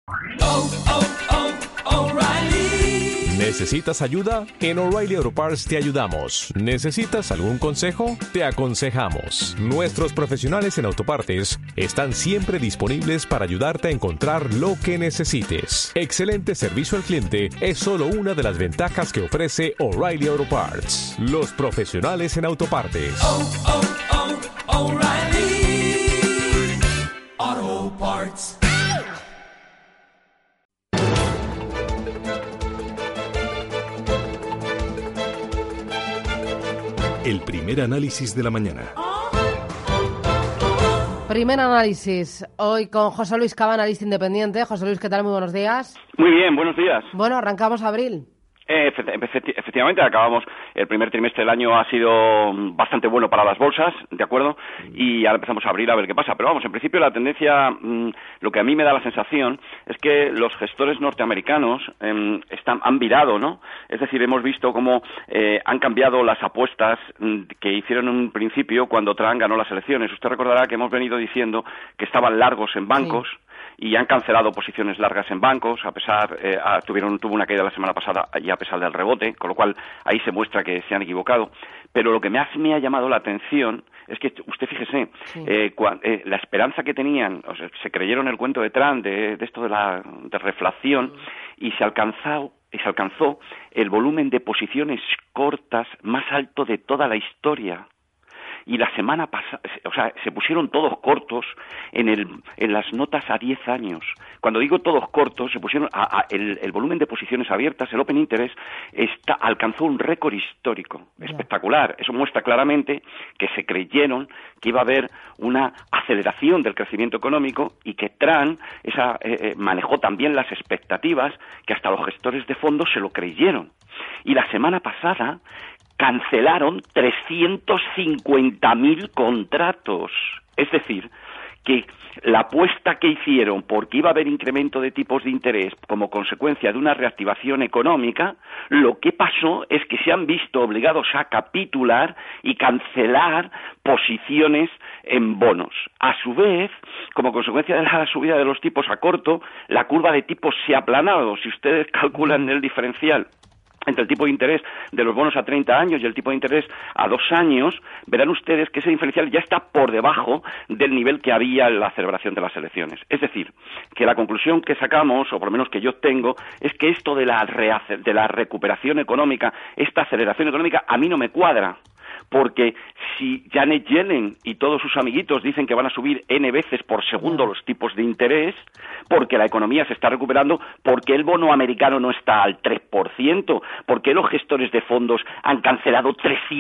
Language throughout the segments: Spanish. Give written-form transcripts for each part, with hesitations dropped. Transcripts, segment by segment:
¿Necesitas ayuda? En O'Reilly Auto Parts te ayudamos. ¿Necesitas algún consejo? Te aconsejamos. Nuestros profesionales en autopartes están siempre disponibles para ayudarte a encontrar lo que necesites. Excelente servicio al cliente es solo una de las ventajas que ofrece O'Reilly Auto Parts. Los profesionales en autopartes. O'Reilly Auto Parts. El primer análisis de la mañana. Primer análisis, hoy con José Luis Cava, analista independiente. José Luis, ¿qué tal? Muy buenos días. Muy bien, buenos días. Bueno, arrancamos abril. Efectivamente, acabamos, el primer trimestre del año ha sido bastante bueno para las bolsas, ¿de acuerdo? Y ahora empezamos a abrir a ver qué pasa. Pero vamos, en principio la tendencia, lo que a mí me da la sensación es que los gestores norteamericanos han virado, ¿no? Es decir, hemos visto cómo han cambiado las apuestas que hicieron en un principio cuando Trump ganó las elecciones. Usted recordará que hemos venido diciendo que estaban largos en bancos. Sí. Y han cancelado posiciones largas en bancos, a pesar, tuvo una caída la semana pasada y a pesar del rebote, con lo cual ahí se muestra que se han equivocado. Pero lo que más me ha llamado la atención es que, usted fíjese, sí. La esperanza que tenían, o sea, se creyeron el cuento de Trump de esto de reflación, y se alcanzó el volumen de posiciones cortas más alto de toda la historia. Y la semana pasada, o sea, se pusieron todos cortos en las notas a 10 años. Cuando digo todos cortos, se pusieron el volumen de posiciones abiertas, el open interest, alcanzó un récord histórico, espectacular. Eso muestra claramente que se creyeron que iba a haber una aceleración del crecimiento económico y que Trump manejó también las expectativas, que hasta los gestores de fondos se lo creyeron. Y la semana pasada cancelaron 350.000 contratos. Es decir, que la apuesta que hicieron porque iba a haber incremento de tipos de interés como consecuencia de una reactivación económica, lo que pasó es que se han visto obligados a capitular y cancelar posiciones en bonos. A su vez, como consecuencia de la subida de los tipos a corto, la curva de tipos se ha aplanado. Si ustedes calculan el diferencial entre el tipo de interés de los bonos a 30 años y el tipo de interés a 2 años, verán ustedes que ese diferencial ya está por debajo del nivel que había en la celebración de las elecciones. Es decir, que la conclusión que sacamos, o por lo menos que yo tengo, es que esto de la recuperación económica, esta aceleración económica, a mí no me cuadra. Porque si Janet Yellen y todos sus amiguitos dicen que van a subir N veces por segundo los tipos de interés, porque la economía se está recuperando, porque el bono americano no está al 3%, porque los gestores de fondos han cancelado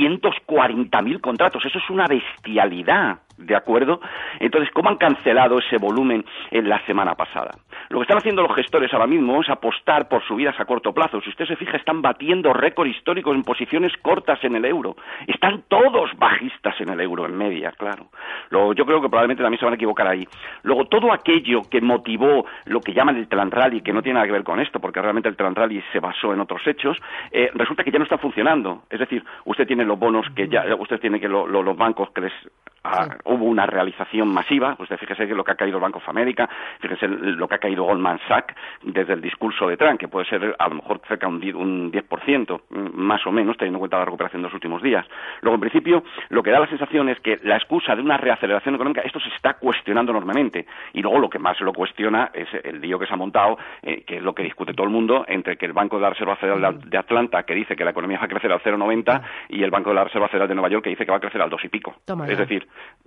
340.000 contratos, eso es una bestialidad, ¿de acuerdo? Entonces, ¿cómo han cancelado ese volumen en la semana pasada? Lo que están haciendo los gestores ahora mismo es apostar por subidas a corto plazo. Si usted se fija, están batiendo récord históricos en posiciones cortas en el euro. Están todos bajistas en el euro, en media, claro. Luego, yo creo que probablemente también se van a equivocar ahí. Luego, todo aquello que motivó lo que llaman el Trump Rally, que no tiene nada que ver con esto, porque realmente el Trump Rally se basó en otros hechos, resulta que ya no está funcionando. Es decir, usted tiene los bonos que ya, usted tiene que los bancos que hubo una realización masiva. Usted fíjese que lo que ha caído el Bank of America, fíjese lo que ha caído Goldman Sachs desde el discurso de Trump, que puede ser a lo mejor cerca de un 10%, más o menos, teniendo en cuenta la recuperación de los últimos días. Luego, en principio, lo que da la sensación es que la excusa de una reaceleración económica, esto se está cuestionando enormemente. Y luego lo que más lo cuestiona es el lío que se ha montado, que es lo que discute todo el mundo, entre que el Banco de la Reserva Federal de Atlanta, que dice que la economía va a crecer al 0,90, y el Banco de la Reserva Federal de Nueva York, que dice que va a crecer al 2 y pico. Es decir,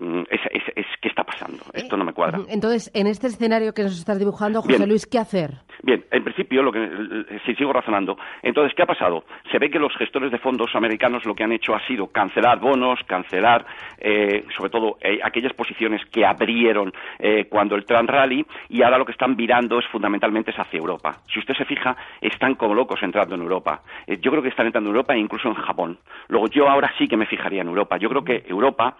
¿qué está pasando? Esto no me cuadra. Entonces, en este escenario que nos estás dibujando, José Bien. Luis, ¿qué hacer? Bien, en principio, si sigo razonando, entonces, ¿qué ha pasado? Se ve que los gestores de fondos americanos lo que han hecho ha sido cancelar bonos, cancelar, sobre todo, aquellas posiciones que abrieron cuando el Trump Rally, y ahora lo que están virando es fundamentalmente hacia Europa. Si usted se fija, están como locos entrando en Europa. Yo creo que están entrando en Europa e incluso en Japón. Luego, yo ahora sí que me fijaría en Europa. Yo creo que Europa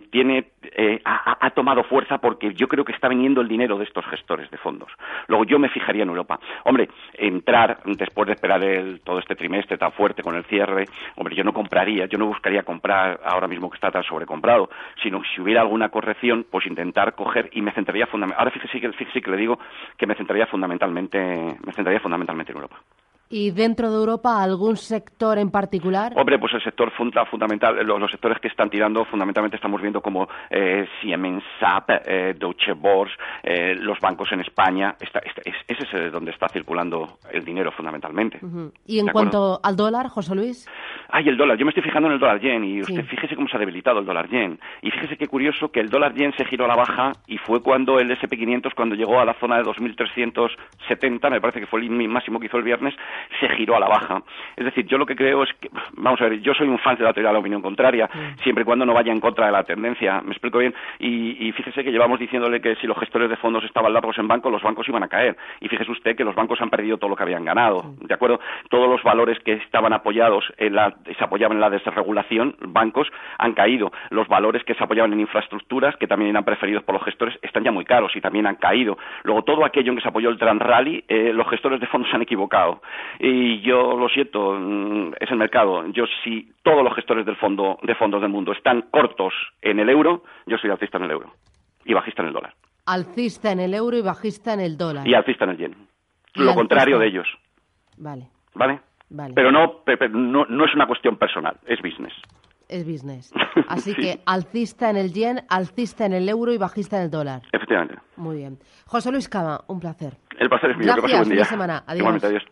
ha tomado fuerza porque yo creo que está viniendo el dinero de estos gestores de fondos. Luego, yo me fijaría fijaría en Europa. Hombre, entrar después de esperar todo este trimestre tan fuerte con el cierre, hombre, yo no buscaría comprar ahora mismo que está tan sobrecomprado, sino si hubiera alguna corrección, pues intentar coger y me centraría ahora fíjese que le digo que me centraría fundamentalmente en Europa. ¿Y dentro de Europa algún sector en particular? Hombre, pues el sector fundamental, los sectores que están tirando, fundamentalmente estamos viendo como Siemens, SAP, Deutsche Börse, los bancos en España. Ese es donde está circulando el dinero fundamentalmente. Uh-huh. ¿Y en cuanto al dólar, José Luis? El dólar. Yo me estoy fijando en el dólar yen y usted fíjese cómo se ha debilitado el dólar yen. Y fíjese qué curioso que el dólar yen se giró a la baja y fue cuando el S&P 500, cuando llegó a la zona de 2.370, me parece que fue el máximo que hizo el viernes, se giró a la baja. Es decir, yo lo que creo es que, vamos a ver, yo soy un fan de la teoría de la opinión contraria, siempre y cuando no vaya en contra de la tendencia, me explico bien, y fíjese que llevamos diciéndole que si los gestores de fondos estaban largos en bancos, los bancos iban a caer, y fíjese usted que los bancos han perdido todo lo que habían ganado, ¿de acuerdo? Todos los valores que estaban apoyados se apoyaban en la desregulación, bancos, han caído. Los valores que se apoyaban en infraestructuras, que también eran preferidos por los gestores, están ya muy caros y también han caído. Luego, todo aquello en que se apoyó el Trend Rally, los gestores de fondos se han equivocado. Y yo lo siento, es el mercado. Si todos los gestores de fondos del mundo están cortos en el euro, yo soy alcista en el euro y bajista en el dólar. Alcista en el euro y bajista en el dólar. Y alcista en el yen. Lo contrario de ellos. Vale. Pero no es una cuestión personal, es business. Es business. Así que alcista en el yen, alcista en el euro y bajista en el dólar. Efectivamente. Muy bien. José Luis Cama, un placer. El placer es mío. Gracias, que pase buen día. Fin de semana. Adiós. Igualmente, adiós.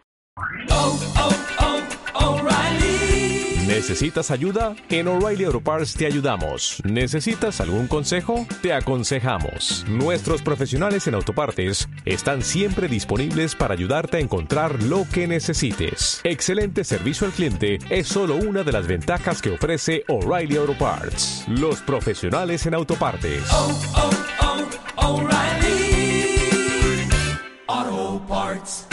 ¿Necesitas ayuda? En O'Reilly Auto Parts te ayudamos. ¿Necesitas algún consejo? Te aconsejamos. Nuestros profesionales en autopartes están siempre disponibles para ayudarte a encontrar lo que necesites. Excelente servicio al cliente es solo una de las ventajas que ofrece O'Reilly Auto Parts. Los profesionales en autopartes. O'Reilly Auto Parts.